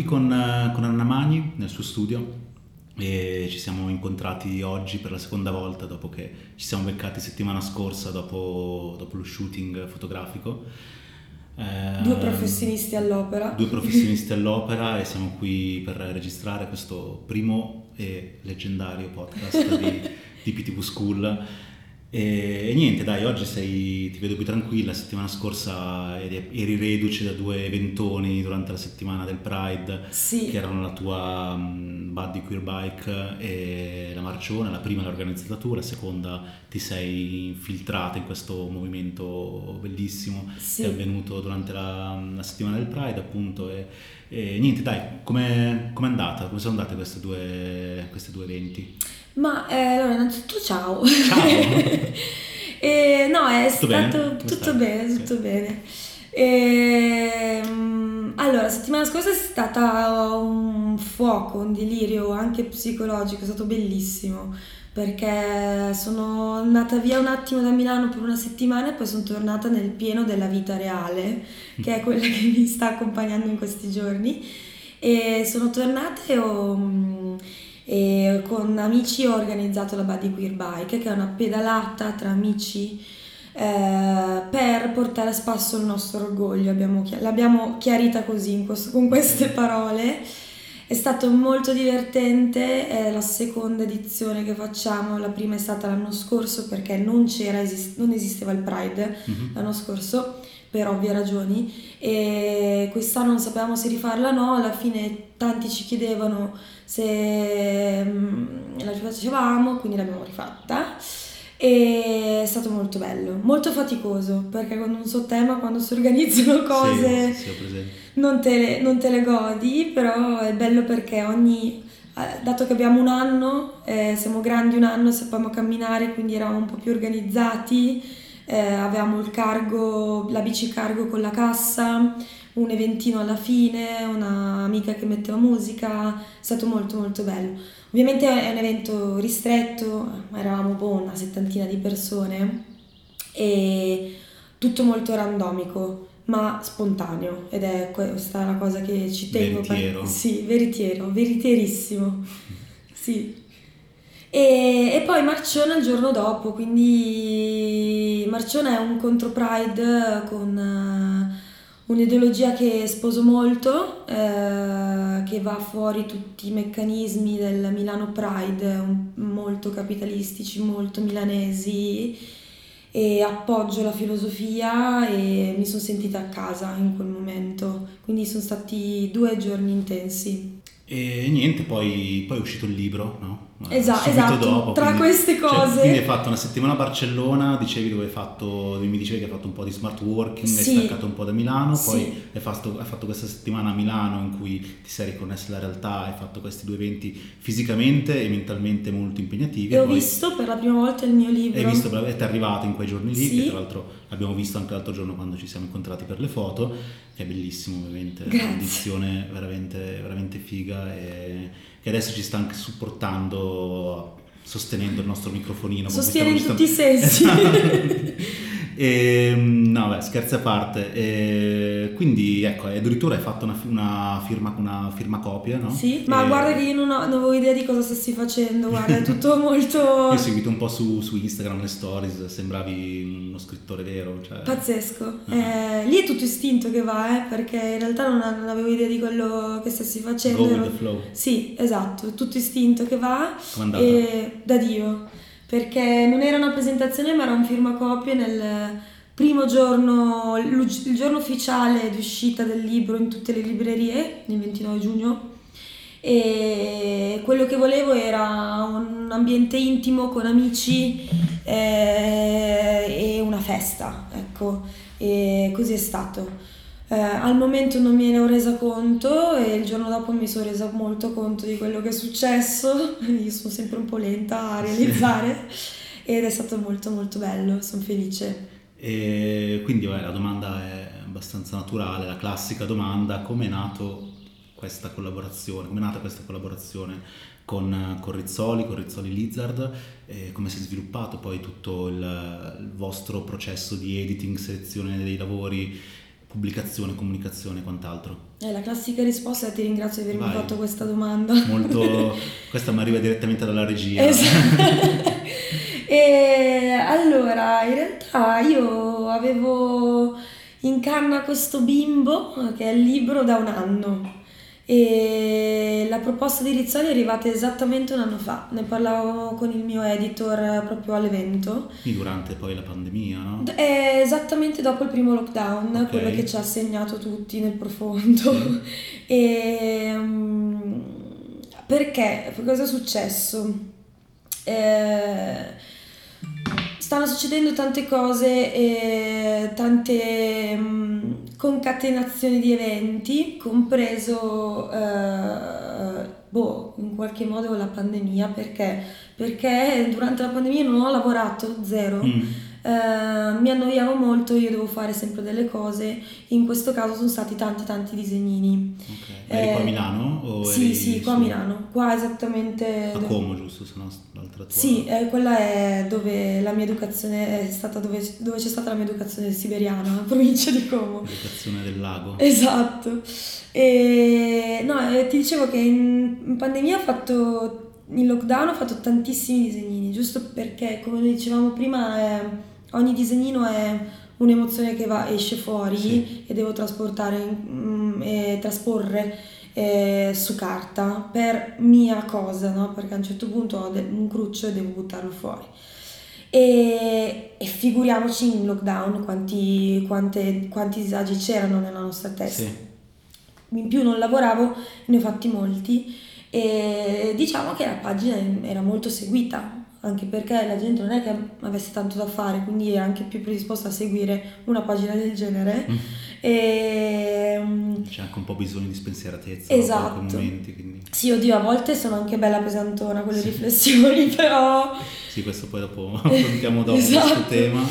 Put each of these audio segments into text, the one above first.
qui con Anna Magni nel suo studio e ci siamo incontrati oggi per la seconda volta dopo che ci siamo beccati settimana scorsa dopo lo shooting fotografico. Due professionisti all'opera. E siamo qui per registrare questo primo e leggendario podcast di PTV School. E niente, dai, oggi ti vedo più tranquilla. La settimana scorsa eri reduce da 2 eventoni durante la settimana del Pride, sì, che erano la tua Buddy Queer Bike e la Marcione. La prima l'hai organizzata tu, la seconda ti sei infiltrata in questo movimento bellissimo, sì, che è avvenuto durante la settimana del Pride, appunto. E niente, dai, com'è andata? Come sono andate questi due eventi? Ma allora innanzitutto ciao. Ciao! No, è Tutto stato bene? tutto bene, tutto Sì. bene. Allora, la settimana scorsa è stata un fuoco, un delirio anche psicologico, è stato bellissimo perché sono andata via un attimo da Milano per una settimana e poi sono tornata nel pieno della vita reale, che è quella che mi sta accompagnando in questi giorni. E sono tornata e con amici ho organizzato la Buddy Queer Bike, che è una pedalata tra amici per portare a spasso il nostro orgoglio. L'abbiamo chiarita così con queste parole. È stato molto divertente, è la seconda edizione che facciamo, la prima è stata l'anno scorso perché non esisteva il Pride l'anno scorso per ovvie ragioni, e quest'anno non sapevamo se rifarla o no. Alla fine tanti ci chiedevano se la rifacevamo, quindi l'abbiamo rifatta e è stato molto bello, molto faticoso perché con un suo tema, quando si organizzano cose, sì, ho presente. non te le godi, però è bello perché dato che abbiamo un anno, siamo grandi un anno, sappiamo camminare, quindi eravamo un po' più organizzati. Avevamo la bici cargo con la cassa, un eventino alla fine, una amica che metteva musica, è stato molto molto bello. Ovviamente è un evento ristretto, eravamo una 70 di persone e tutto molto randomico ma spontaneo, ed è questa la cosa che ci tengo. Veritiero. Sì, veriterissimo. Sì. E poi Marciona il giorno dopo, quindi Marciona è un contro Pride con un'ideologia che sposo molto, che va fuori tutti i meccanismi del Milano Pride, molto capitalistici, molto milanesi, e appoggio la filosofia e mi sono sentita a casa in quel momento, quindi sono stati 2 giorni intensi. E niente, poi è uscito il libro, no? Esatto, dopo, tra queste cose. Quindi hai fatto una settimana a Barcellona, dove mi dicevi che hai fatto un po' di smart working, Sì. hai staccato un po' da Milano, Sì. poi hai fatto questa settimana a Milano in cui ti sei riconnesso alla realtà, hai fatto questi 2 eventi fisicamente e mentalmente molto impegnativi. E ho visto per la prima volta il mio libro. Hai visto, e ti è arrivato in quei giorni lì, Sì. che tra l'altro abbiamo visto anche l'altro giorno quando ci siamo incontrati per le foto, che è bellissimo, ovviamente. Grazie. Un'edizione veramente, veramente figa e che adesso ci sta anche supportando, sostenendo il nostro microfonino. Sostiene in tutti i sensi. No, beh, scherzi a parte. Quindi ecco, addirittura hai fatto una firma copia, no? Sì, ma guarda che io non avevo idea di cosa stessi facendo, guarda, è tutto molto... Io ho seguito un po' su Instagram le stories, sembravi uno scrittore vero, cioè... Pazzesco. Lì è tutto istinto che va, perché in realtà non avevo idea di quello che stessi facendo. Go with the flow. Sì, esatto, è tutto istinto che va. Com'è andata? E da Dio, perché non era una presentazione ma era un firmacopie nel primo giorno, il giorno ufficiale di uscita del libro in tutte le librerie, il 29 giugno. E quello che volevo era un ambiente intimo con amici e una festa, ecco, e così è stato. Al momento non me ne ho resa conto e il giorno dopo mi sono resa molto conto di quello che è successo. Io sono sempre un po' lenta a realizzare ed è stato molto molto bello, sono felice. E quindi la domanda è abbastanza naturale, la classica domanda: come è nata questa collaborazione con Rizzoli Lizard, come si è sviluppato poi tutto il vostro processo di editing, selezione dei lavori, pubblicazione, comunicazione e quant'altro? La classica risposta è: ti ringrazio di avermi Vai. fatto questa domanda. Molto, questa mi arriva direttamente dalla regia. Esatto. E allora, in realtà io avevo in canna questo bimbo, che è il libro, da un anno, e la proposta di Rizzoli è arrivata esattamente un anno fa. Ne parlavo con il mio editor proprio all'evento. Quindi durante poi la pandemia, no? È esattamente dopo il primo lockdown, Ok. quello che ci ha segnato tutti nel profondo. Sì. E, perché? Cosa è successo? Stanno succedendo tante cose e tante concatenazioni di eventi, compreso in qualche modo la pandemia. Perché durante la pandemia non ho lavorato, zero. Mi annoiavo molto, io devo fare sempre delle cose. In questo caso sono stati tanti disegnini. Ok. Eri qua a Milano? O Sì, eri qua a Milano, qua esattamente a Como, giusto? Se no l'altra tua... Sì, quella è dove la mia educazione è stata, dove c'è stata la mia educazione siberiana, in provincia di Como. L'educazione del lago. Esatto. E no, ti dicevo che in pandemia in lockdown ho fatto tantissimi disegnini, giusto perché, come dicevamo prima, ogni disegnino è un'emozione che esce fuori. Sì. E devo e trasporre su carta per mia cosa, no? Perché a un certo punto ho un cruccio e devo buttarlo fuori. E figuriamoci in lockdown quanti disagi c'erano nella nostra testa. Sì. In più non lavoravo, ne ho fatti molti, e diciamo che la pagina era molto seguita, anche perché la gente non è che avesse tanto da fare, quindi era anche più predisposta a seguire una pagina del genere. E C'è anche un po' bisogno di spensieratezza, esatto. No? Per quei momenti, quindi... Sì, oddio, a volte sono anche bella pesantona con le riflessioni, però... Sì, questo poi dopo affrontiamo dopo Esatto. questo tema.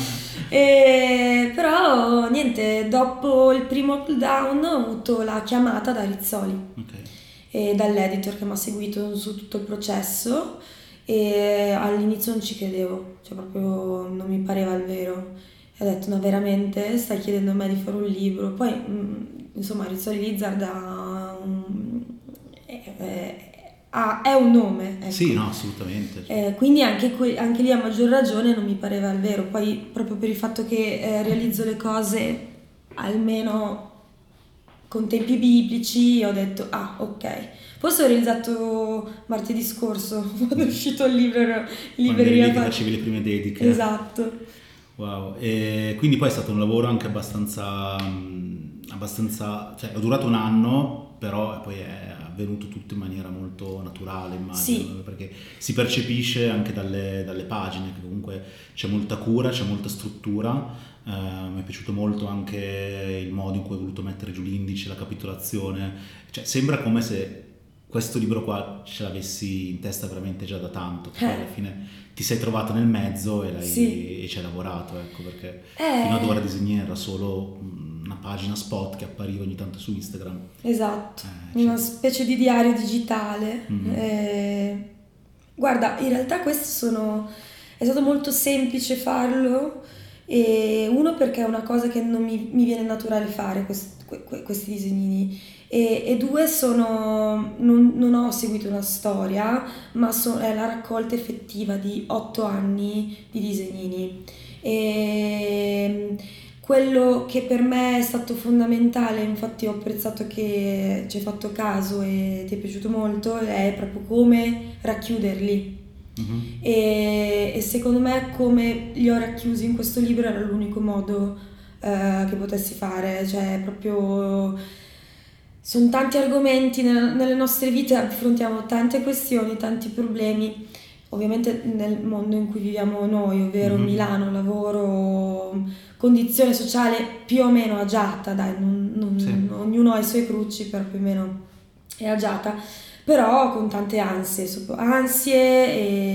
Però niente, dopo il primo lockdown ho avuto la chiamata da Rizzoli, Ok. e dall'editor che mi ha seguito su tutto il processo, e all'inizio non ci credevo, cioè proprio non mi pareva il vero. E ho detto: no, veramente stai chiedendo a me di fare un libro? Poi insomma Rizzoli Lizard è un nome, ecco. Sì, no, assolutamente. Quindi anche lì a maggior ragione non mi pareva il vero. Poi proprio per il fatto che realizzo le cose almeno con tempi biblici, ho detto: ah, ok. Forse ho realizzato martedì scorso, quando è uscito il libro in Quando eri libreria. lì che facevi le prime dediche. Esatto. Wow. E quindi poi è stato un lavoro anche abbastanza, cioè è durato un anno, però poi è avvenuto tutto in maniera molto naturale, immagino. Sì. Perché si percepisce anche dalle pagine che comunque c'è molta cura, c'è molta struttura. Mi è piaciuto molto anche il modo in cui hai voluto mettere giù l'indice, la capitolazione, cioè sembra come se questo libro qua ce l'avessi in testa veramente già da tanto, perché alla fine ti sei trovata nel mezzo e ci hai lavorato, ecco, perché fino ad ora disegnare era solo una pagina spot che appariva ogni tanto su Instagram. Esatto, una specie di diario digitale. Guarda, in realtà è stato molto semplice farlo, e uno perché è una cosa che non mi viene naturale fare, questi disegnini, e due non ho seguito una storia, ma è la raccolta effettiva di 8 anni di disegnini. E quello che per me è stato fondamentale, infatti ho apprezzato che ci hai fatto caso e ti è piaciuto molto, è proprio come racchiuderli. E secondo me come li ho racchiusi in questo libro era l'unico modo che potessi fare, cioè proprio sono tanti argomenti nelle nostre vite, affrontiamo tante questioni, tanti problemi, ovviamente nel mondo in cui viviamo noi, ovvero Milano, lavoro, condizione sociale più o meno agiata, dai, ognuno ha i suoi crucci, però più o meno è agiata, però con tante ansie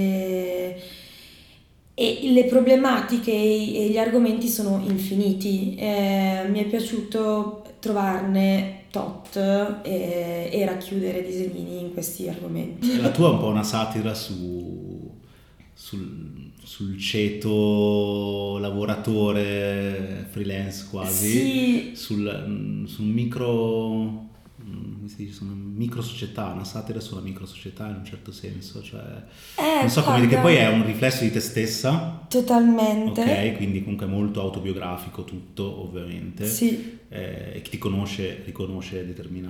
e le problematiche e gli argomenti sono infiniti. Mi è piaciuto trovarne tot e racchiudere disegnini in questi argomenti. La tua è un po' una satira sul ceto lavoratore freelance quasi, Sì. sul micro, come si dice, una micro società, una satira sulla micro società in un certo senso, cioè non so come dire, che guarda, poi è un riflesso di te stessa, totalmente. ok? Quindi comunque è molto autobiografico tutto, ovviamente, Sì, e chi ti conosce riconosce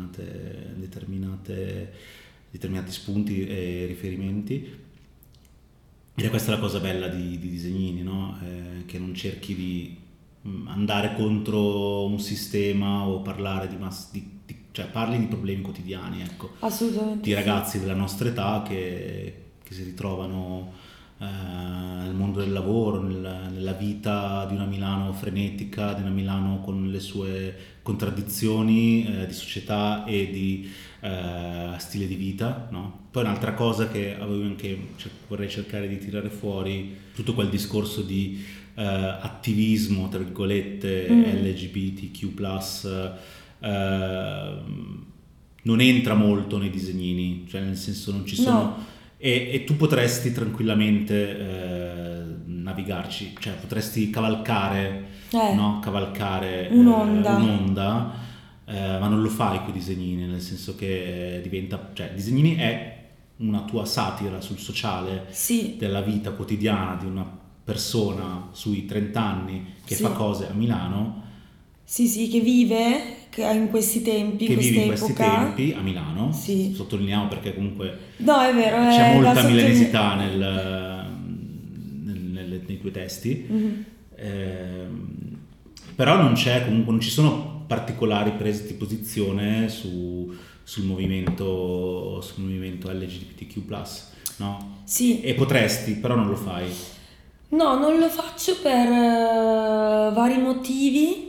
determinati spunti e riferimenti. Ed è questa la cosa bella di Disegnini, no? Che non cerchi di andare contro un sistema o parlare cioè parli di problemi quotidiani, ecco, assolutamente di sì. ragazzi della nostra età che si ritrovano nel mondo del lavoro, nella vita di una Milano frenetica, di una Milano con le sue contraddizioni di società e di stile di vita, no? Poi un'altra cosa che vorrei cercare di tirare fuori, tutto quel discorso di attivismo, tra virgolette, LGBTQ+, non entra molto nei disegnini, cioè nel senso non ci sono... No. E tu potresti tranquillamente navigarci, cioè potresti cavalcare, no? Cavalcare un'onda, ma non lo fai con i disegnini, nel senso che diventa, cioè disegnini è una tua satira sul sociale Sì, della vita quotidiana di una persona sui 30 anni che Sì. fa cose a Milano, sì, che vive in questi tempi, che in vive questa in questi epoca. tempi a Milano, Sì. sottolineiamo perché comunque No, è vero, c'è è molta da milanesità nei tuoi testi. Però non ci sono particolari prese di posizione sul movimento LGBTQ+, no? Sì. E potresti, però non lo fai. No, non lo faccio per vari motivi.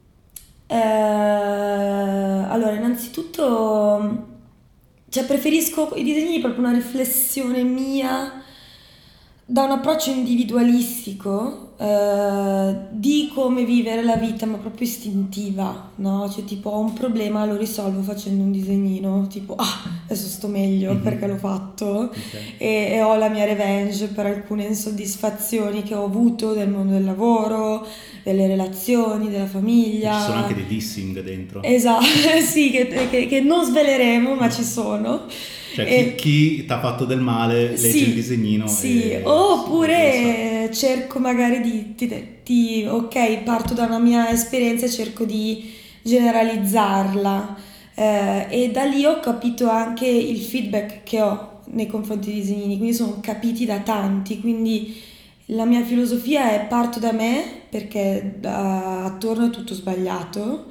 Allora, innanzitutto, cioè preferisco i disegni proprio una riflessione mia da un approccio individualistico di come vivere la vita, ma proprio istintiva, no? Cioè tipo ho un problema, lo risolvo facendo un disegnino, tipo adesso sto meglio perché l'ho fatto. Ok. E ho la mia revenge per alcune insoddisfazioni che ho avuto del mondo del lavoro, delle relazioni, della famiglia. Ci sono anche dei dissing dentro. Esatto, sì, che non sveleremo, ma ci sono. Cioè chi ti ha fatto del male legge Sì, il disegnino sì, e oppure cerco magari ok, parto da una mia esperienza e cerco di generalizzarla. E da lì ho capito anche il feedback che ho nei confronti dei disegnini, quindi sono capiti da tanti, quindi la mia filosofia è parto da me perché attorno è tutto sbagliato.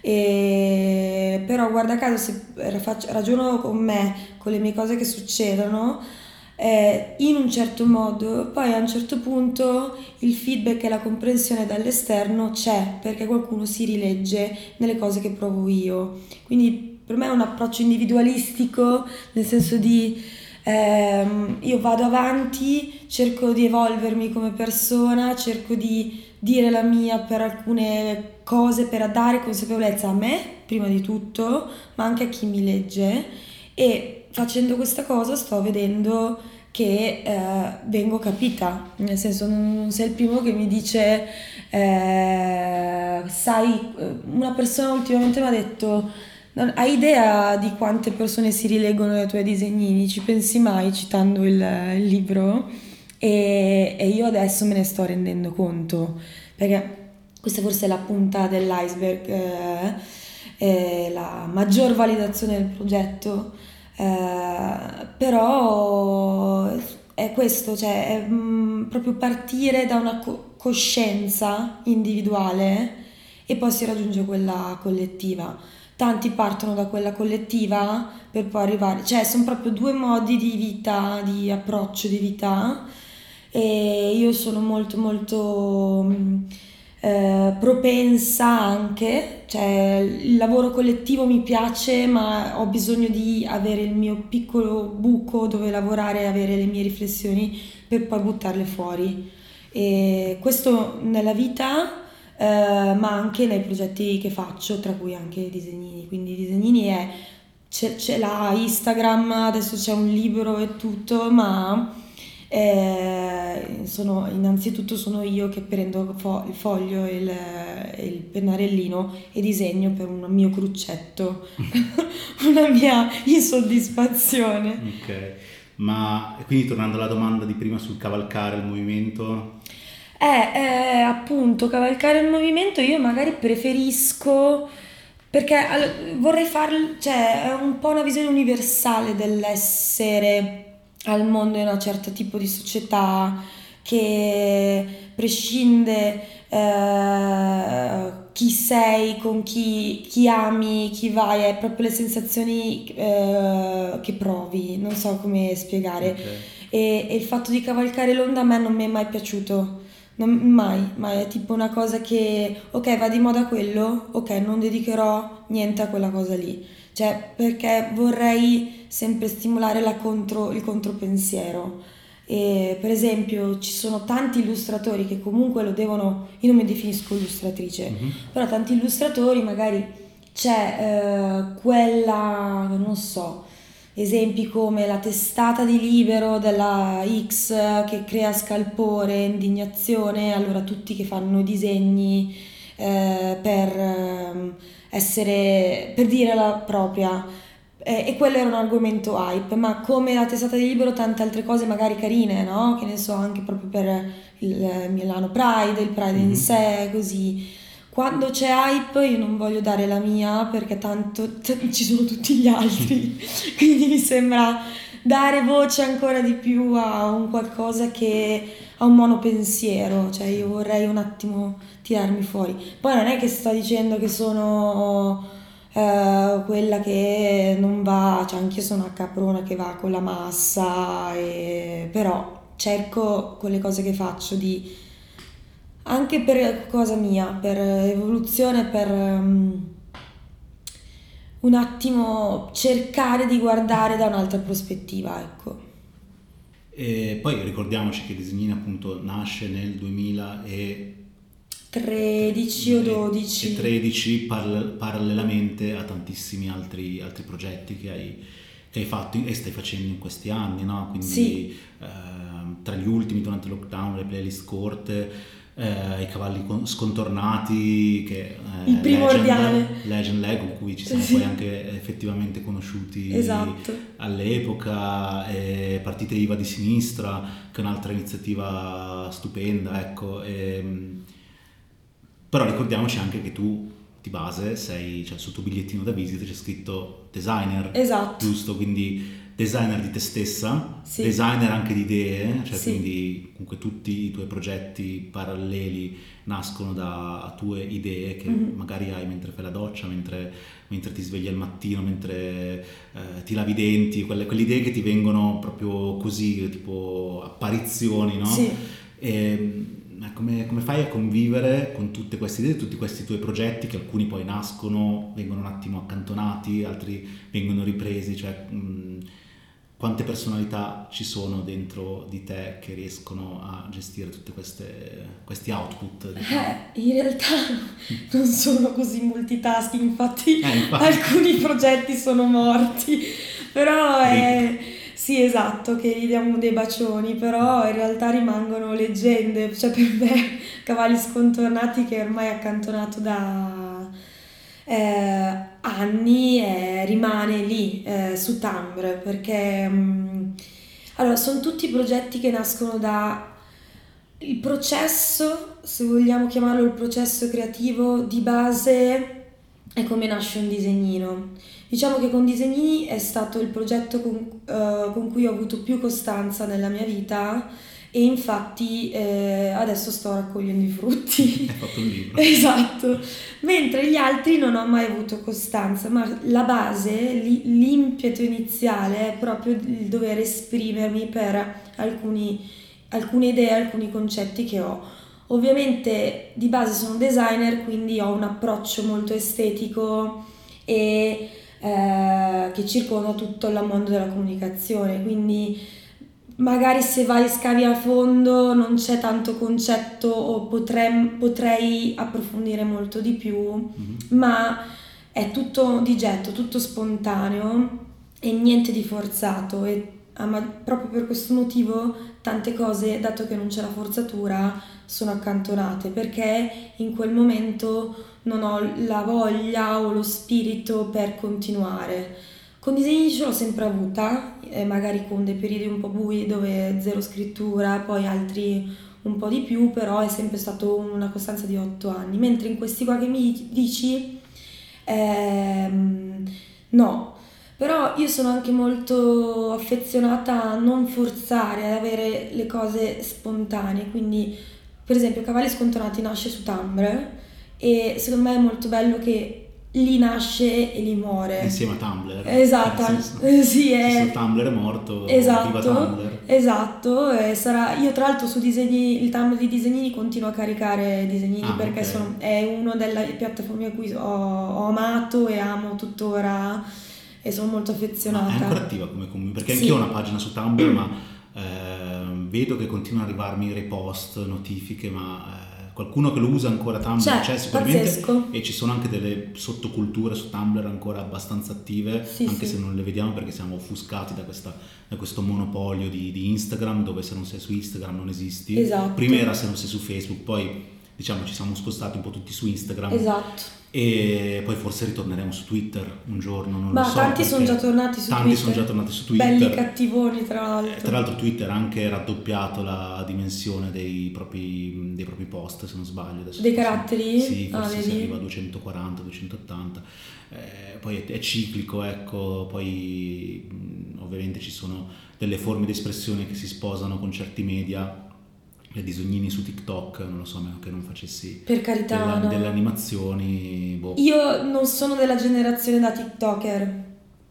Però guarda caso se ragiono con me, con le mie cose che succedono in un certo modo, poi a un certo punto il feedback e la comprensione dall'esterno c'è perché qualcuno si rilegge nelle cose che provo io. Quindi per me è un approccio individualistico, nel senso di io vado avanti, cerco di evolvermi come persona, cerco di dire la mia per alcune cose, per dare consapevolezza a me, prima di tutto, ma anche a chi mi legge. E facendo questa cosa sto vedendo che vengo capita, nel senso non sei il primo che mi dice, sai, una persona ultimamente mi ha detto, hai idea di quante persone si rileggono ai tuoi disegnini? Ci pensi mai citando il libro? E io adesso me ne sto rendendo conto, perché questa forse è la punta dell'iceberg, la maggior validazione del progetto, però è questo, cioè è proprio partire da una coscienza individuale e poi si raggiunge quella collettiva. Tanti partono da quella collettiva per poi arrivare, cioè sono proprio due modi di vita, di approccio di vita e io sono molto molto propensa anche, cioè il lavoro collettivo mi piace ma ho bisogno di avere il mio piccolo buco dove lavorare e avere le mie riflessioni per poi buttarle fuori e questo nella vita ma anche nei progetti che faccio, tra cui anche i disegnini, quindi i disegnini c'è la Instagram, adesso c'è un libro e tutto, ma innanzitutto sono io che prendo il foglio e il pennarellino e disegno per un mio cruccetto, una mia insoddisfazione. Ok, ma quindi tornando alla domanda di prima sul cavalcare il movimento... Appunto, cavalcare il movimento io magari preferisco, perché vorrei farlo, cioè è un po' una visione universale dell'essere al mondo in un certo tipo di società che prescinde chi sei, con chi ami, chi vai, è proprio le sensazioni che provi, non so come spiegare. Ok. E il fatto di cavalcare l'onda a me non mi è mai piaciuto. Mai, è tipo una cosa che, ok, va di moda quello, ok, non dedicherò niente a quella cosa lì. Cioè, perché vorrei sempre stimolare il contropensiero. E, per esempio, ci sono tanti illustratori che comunque lo devono, io non mi definisco illustratrice, però tanti illustratori magari c'è quella, non so, esempi come la testata di Libero della X che crea scalpore, indignazione, allora tutti che fanno i disegni per dire la propria. E quello era un argomento hype, ma come la testata di Libero tante altre cose magari carine, no? Che ne so, anche proprio per il Milano Pride, il Pride in sé, così. Quando c'è hype io non voglio dare la mia perché tanto ci sono tutti gli altri, quindi mi sembra dare voce ancora di più a un qualcosa che ha un monopensiero, cioè io vorrei un attimo tirarmi fuori. Poi non è che sto dicendo che sono quella che non va, cioè anch'io sono una caprona che va con la massa, però cerco con le cose che faccio di anche per cosa mia, per evoluzione, per un attimo cercare di guardare da un'altra prospettiva, ecco. E poi ricordiamoci che Disegnina appunto nasce nel 2013 o 12. E 13 parallelamente a tantissimi altri progetti che hai fatto e stai facendo in questi anni, no? Quindi sì. Tra gli ultimi durante il lockdown, le playlist corte, i cavalli scontornati, che il primordiale Legend Leg, con cui ci siamo poi anche effettivamente conosciuti all'epoca, Partite IVA di Sinistra, che è un'altra iniziativa stupenda, ecco. Però ricordiamoci anche che tu di base sei, cioè sul tuo bigliettino da visita c'è scritto designer, giusto? Quindi designer di te stessa, designer anche di idee, cioè quindi comunque tutti i tuoi progetti paralleli nascono da tue idee che magari hai mentre fai la doccia, mentre ti svegli al mattino, mentre ti lavi i denti, quelle idee che ti vengono proprio così, tipo apparizioni, no? Sì. Come fai a convivere con tutte queste idee, tutti questi tuoi progetti che alcuni poi nascono, vengono un attimo accantonati, altri vengono ripresi, cioè quante personalità ci sono dentro di te che riescono a gestire tutti questi output? Diciamo? In realtà non sono così multitasking, infatti alcuni progetti sono morti, però sì, esatto, che gli diamo dei bacioni, però in realtà rimangono leggende, cioè per me Cavalli Scontornati, che ormai è accantonato da anni, rimane lì su Tumblr, perché allora sono tutti progetti che nascono da il processo, se vogliamo chiamarlo il processo creativo di base, è come nasce un disegnino. Diciamo che con Disegnini è stato il progetto con cui ho avuto più costanza nella mia vita e infatti adesso sto raccogliendo i frutti. Hai fatto un libro. Esatto, mentre gli altri non ho mai avuto costanza, ma la base, l'impeto iniziale è proprio il dover esprimermi per alcune idee, alcuni concetti che ho. Ovviamente di base sono designer, quindi ho un approccio molto estetico e che circonda tutto il mondo della comunicazione, quindi magari se scavi a fondo non c'è tanto concetto o potrei approfondire molto di più, ma è tutto di getto, tutto spontaneo e niente di forzato, e ma proprio per questo motivo tante cose, dato che non c'è la forzatura, sono accantonate, perché in quel momento non ho la voglia o lo spirito per continuare. Con disegni ce l'ho sempre avuta, magari con dei periodi un po' bui dove zero scrittura, poi altri un po' di più, però è sempre stato una costanza di 8 anni, mentre in questi qua che mi dici, no. Però io sono anche molto affezionata a non forzare, ad avere le cose spontanee, quindi per esempio Cavalli Scontonati nasce su Tumblr e secondo me è molto bello che lì nasce e lì muore. Insieme a Tumblr. Esatto, sì, questo Tumblr è morto, viva esatto, Tumblr. esatto, io tra l'altro su il Tumblr di Disegnini continuo a caricare disegnini perché ok. è una delle piattaforme a cui ho amato e amo tuttora e sono molto Ma affezionata. è ancora attiva come community? Perché Sì. anch'io ho una pagina su Tumblr, ma vedo che continuano ad arrivarmi repost, notifiche, ma qualcuno che lo usa ancora Tumblr c'è sicuramente, pazzesco. e ci sono anche delle sottoculture su Tumblr ancora abbastanza attive, Sì, anche sì. se non le vediamo perché siamo offuscati da questo monopolio di Instagram, dove se non sei su Instagram non esisti. Esatto. Prima era se non sei su Facebook, poi diciamo ci siamo spostati un po' tutti su Instagram. Esatto. E poi forse ritorneremo su Twitter un giorno, non Ma lo so. tanti sono già tornati su Tanti Twitter. sono già tornati su Twitter. Belli cattivoni, tra l'altro. Tra l'altro Twitter ha anche raddoppiato la dimensione dei propri post, se non sbaglio. Adesso Dei caratteri? Sì, forse si vedi? arriva a 240, 280. Poi è ciclico, ecco, poi ovviamente ci sono delle forme di espressione che si sposano con certi media. Le disegnini su TikTok, non lo so, a meno che non facessi Per carità, no. delle animazioni. Boh. Io non sono della generazione da TikToker,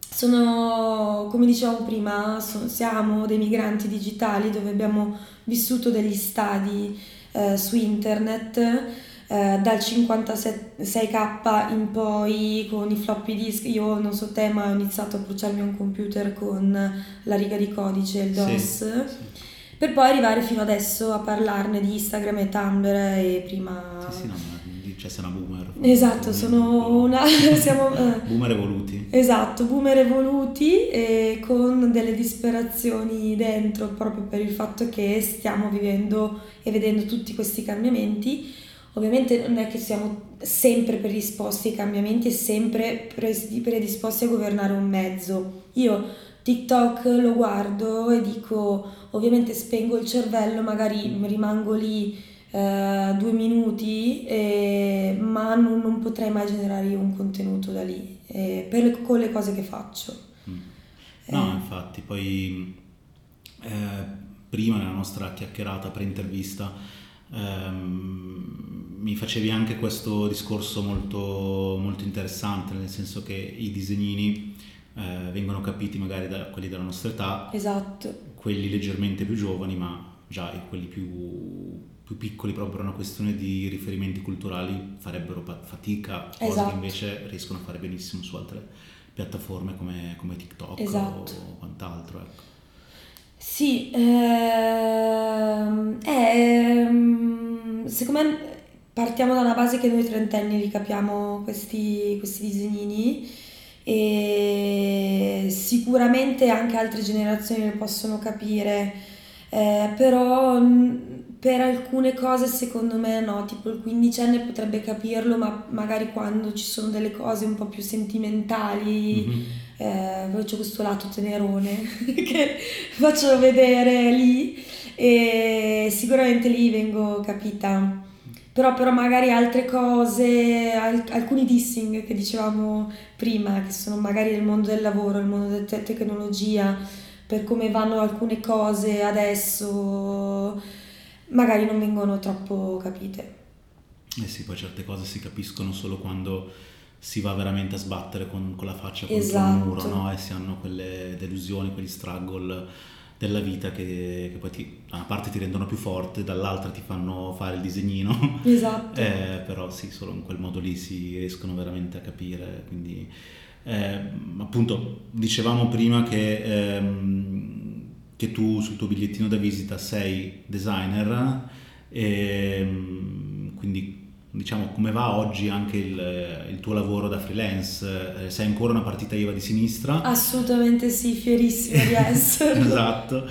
sono, come dicevamo prima, siamo dei migranti digitali dove abbiamo vissuto degli stadi su internet dal 56k in poi con i floppy disk. Io non so te, ma ho iniziato a approcciarmi a un computer con la riga di codice, il DOS. Sì. Per poi arrivare fino adesso a parlarne di Instagram e Tumblr e prima... Sì, no, cioè sei una boomer. Esatto, siamo... Boomer evoluti. Esatto, boomer evoluti e con delle disperazioni dentro proprio per il fatto che stiamo vivendo e vedendo tutti questi cambiamenti. Ovviamente non è che siamo sempre predisposti ai cambiamenti e sempre predisposti a governare un mezzo. Io TikTok lo guardo e dico, ovviamente spengo il cervello, magari rimango lì 2 minuti, ma non potrei mai generare io un contenuto da lì con le cose che faccio. No, infatti, poi prima nella nostra chiacchierata pre-intervista mi facevi anche questo discorso molto, molto interessante, nel senso che i disegnini vengono capiti magari da quelli della nostra età, esatto, quelli leggermente più giovani, ma già quelli più piccoli, proprio per una questione di riferimenti culturali, farebbero fatica, cosa esatto, che invece riescono a fare benissimo su altre piattaforme come TikTok esatto, o quant'altro, ecco. Sì, secondo me partiamo da una base che noi trentenni li capiamo questi disegnini e sicuramente anche altre generazioni lo possono capire, però per alcune cose secondo me no, tipo il quindicenne potrebbe capirlo, ma magari quando ci sono delle cose un po' più sentimentali, faccio questo lato tenerone che faccio vedere lì e sicuramente lì vengo capita. Però magari altre cose, alcuni dissing che dicevamo prima, che sono magari nel mondo del lavoro, nel mondo della tecnologia, per come vanno alcune cose adesso, magari non vengono troppo capite. Eh sì, poi certe cose si capiscono solo quando si va veramente a sbattere con la faccia contro Esatto. il muro, no? E si hanno quelle delusioni, quegli struggle della vita che poi da una parte ti rendono più forte, dall'altra ti fanno fare il disegnino. Esatto. Però sì, solo in quel modo lì si riescono veramente a capire. Quindi appunto dicevamo prima che tu sul tuo bigliettino da visita sei designer, quindi diciamo, come va oggi anche il tuo lavoro da freelance? Sei ancora una partita IVA di sinistra? Assolutamente sì, fierissima di esserlo. Esatto.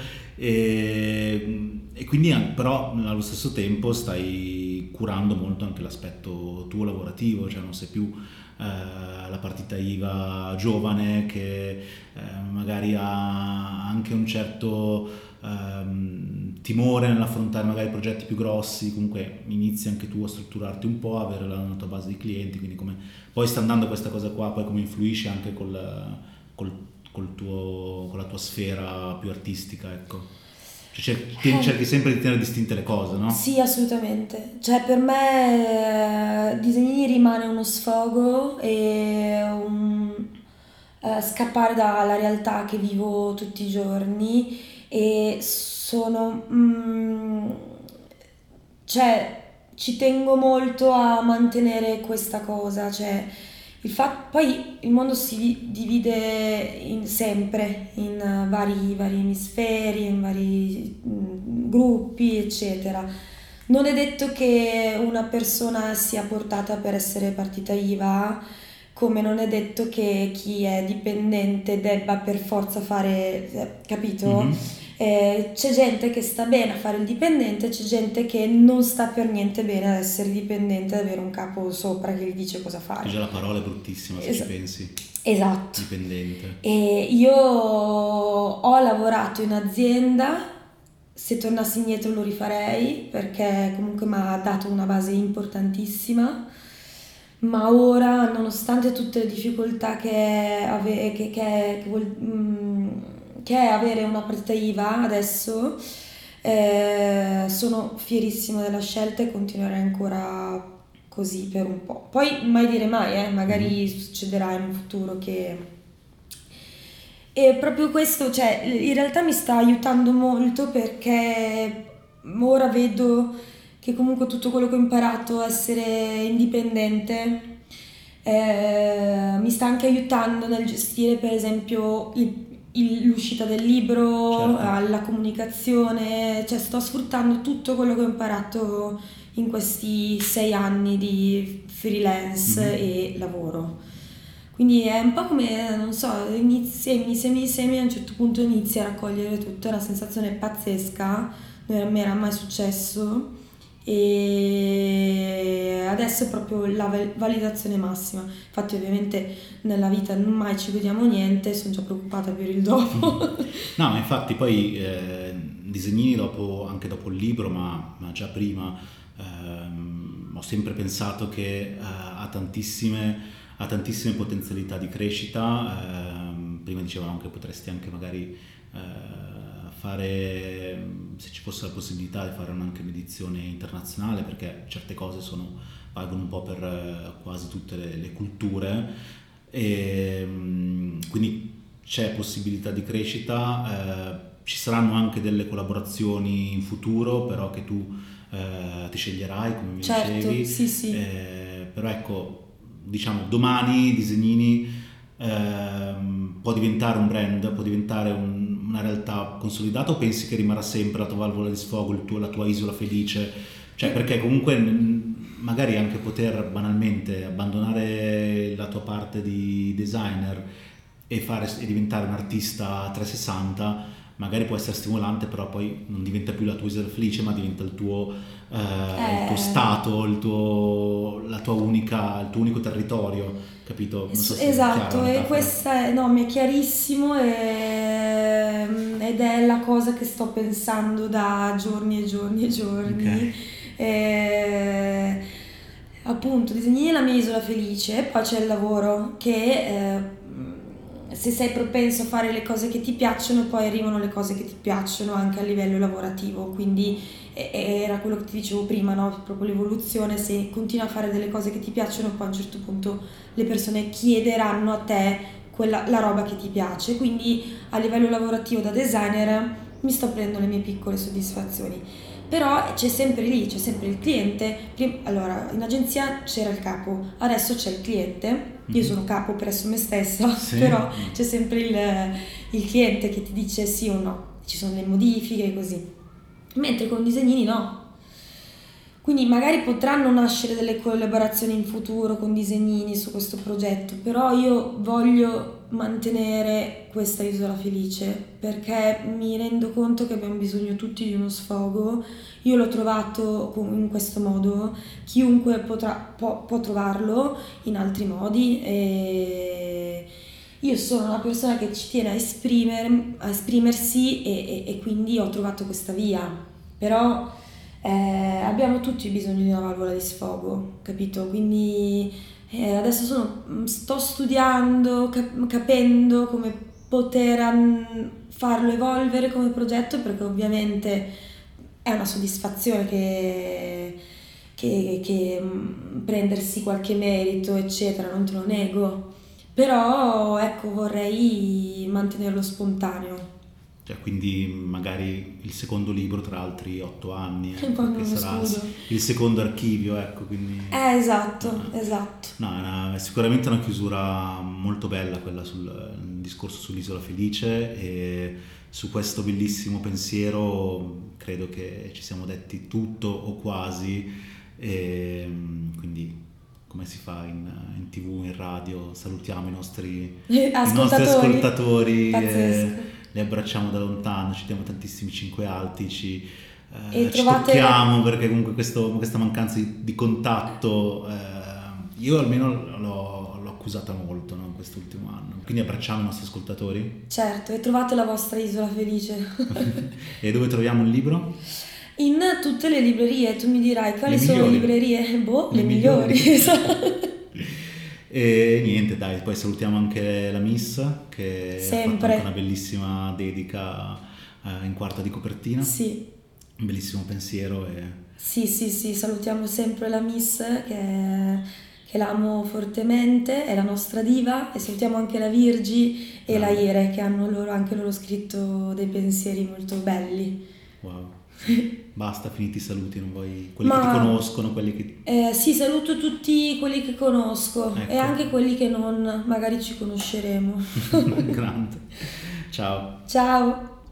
E quindi però allo stesso tempo stai curando molto anche l'aspetto tuo lavorativo, cioè non sei più la partita IVA giovane che magari ha anche un certo timore nell'affrontare magari progetti più grossi, comunque inizi anche tu a strutturarti un po', avere la tua base di clienti, quindi come poi sta andando questa cosa qua, poi come influisce anche con la tua sfera più artistica, ecco. Cioè, cerchi sempre di tenere distinte le cose, no? Sì, assolutamente. Cioè, per me Disegnini rimane uno sfogo e scappare dalla realtà che vivo tutti i giorni e cioè, ci tengo molto a mantenere questa cosa, cioè poi il mondo si divide sempre in vari emisferi, in vari gruppi, eccetera. Non è detto che una persona sia portata per essere partita IVA, come non è detto che chi è dipendente debba per forza fare, capito? Mhm. C'è gente che sta bene a fare il dipendente, c'è gente che non sta per niente bene ad essere dipendente, ad avere un capo sopra che gli dice cosa fare. Già la parola è bruttissima se ci pensi. Esatto. Dipendente. E io ho lavorato in azienda, se tornassi indietro lo rifarei perché comunque mi ha dato una base importantissima, ma ora, nonostante tutte le difficoltà che è avere una partita IVA adesso, sono fierissima della scelta e continuerei ancora così per un po'. Poi mai dire mai, magari succederà in un futuro che... E proprio questo, cioè, in realtà mi sta aiutando molto perché ora vedo che comunque tutto quello che ho imparato a essere indipendente mi sta anche aiutando nel gestire per esempio l'uscita del libro, Certo. la comunicazione, cioè sto sfruttando tutto quello che ho imparato in questi 6 anni di freelance e lavoro. Quindi è un po' come, non so, semi, a un certo punto inizi a raccogliere tutto, è una sensazione pazzesca, non mi era mai successo e adesso è proprio la validazione massima. Infatti ovviamente nella vita non mai ci vediamo niente, sono già preoccupata per il dopo. No, ma infatti poi Disegnini anche dopo il libro, ma già prima ho sempre pensato che ha tantissime potenzialità di crescita. Prima dicevamo che potresti anche magari fare, se ci fosse la possibilità di fare anche un'edizione internazionale, perché certe cose valgono un po' per quasi tutte le culture, e quindi c'è possibilità di crescita. Ci saranno anche delle collaborazioni in futuro, però che tu ti sceglierai, come mi dicevi. Sì. Però ecco, diciamo, domani Disegnini può diventare un brand, può diventare una realtà consolidata, o pensi che rimarrà sempre la tua valvola di sfogo, la tua isola felice? Cioè, perché comunque magari anche poter banalmente abbandonare la tua parte di designer e diventare un artista a 360 magari può essere stimolante, però poi non diventa più la tua isola felice, ma diventa il tuo stato, il tuo unico territorio, capito? Non so se Esatto, è e chiaro, questa mi è chiarissimo ed è la cosa che sto pensando da giorni e giorni e giorni. Okay. Appunto, Disegnini è la mia isola felice, e poi c'è il lavoro che se sei propenso a fare le cose che ti piacciono, poi arrivano le cose che ti piacciono anche a livello lavorativo, quindi era quello che ti dicevo prima, no? Proprio l'evoluzione, se continui a fare delle cose che ti piacciono, poi a un certo punto le persone chiederanno a te la roba che ti piace, quindi a livello lavorativo da designer mi sto prendendo le mie piccole soddisfazioni. Però c'è sempre il cliente. Allora, in agenzia c'era il capo, adesso c'è il cliente. Io sono capo presso me stessa, Sì. però c'è sempre il cliente che ti dice sì o no, ci sono le modifiche e così. Mentre con Disegnini no. Quindi magari potranno nascere delle collaborazioni in futuro con disegnini su questo progetto, però io voglio mantenere questa isola felice perché mi rendo conto che abbiamo bisogno tutti di uno sfogo. Io l'ho trovato in questo modo, chiunque può trovarlo in altri modi e io sono una persona che ci tiene a esprimersi e quindi ho trovato questa via, però abbiamo tutti bisogno di una valvola di sfogo, capito? Quindi adesso sto studiando, capendo come poter farlo evolvere come progetto, perché ovviamente è una soddisfazione che prendersi qualche merito, eccetera, non te lo nego, però ecco, vorrei mantenerlo spontaneo. Cioè, quindi magari il secondo libro tra altri 8 anni, Quando che lo sarà scudo. il secondo archivio, ecco, quindi... Esatto, esatto. No, è sicuramente una chiusura molto bella quella sul discorso sull'isola felice, e su questo bellissimo pensiero credo che ci siamo detti tutto o quasi, e quindi come si fa in TV, in radio, salutiamo i nostri ascoltatori, Pazzesco. li abbracciamo da lontano, ci diamo tantissimi 5 alti, ci Trovate... tocchiamo, perché comunque questa mancanza di contatto io almeno l'ho accusata molto, no, in quest'ultimo anno, quindi abbracciamo i nostri ascoltatori. Certo, e trovate la vostra isola felice. E dove troviamo il libro? In tutte le librerie. Tu mi dirai quali sono le librerie? Le migliori. E niente, dai, poi salutiamo anche la Miss che sempre ha fatto anche una bellissima dedica in quarta di copertina. Sì. Un bellissimo pensiero. Sì, salutiamo sempre la Miss che l'amo fortemente, è la nostra diva, e salutiamo anche la Virgi e la Ire, che hanno anche loro scritto dei pensieri molto belli. Wow. Basta, finiti i saluti, non vuoi quelli che ti conoscono, quelli che... Sì, saluto tutti quelli che conosco, ecco. E anche quelli che non, magari ci conosceremo. Grande. Ciao. Ciao.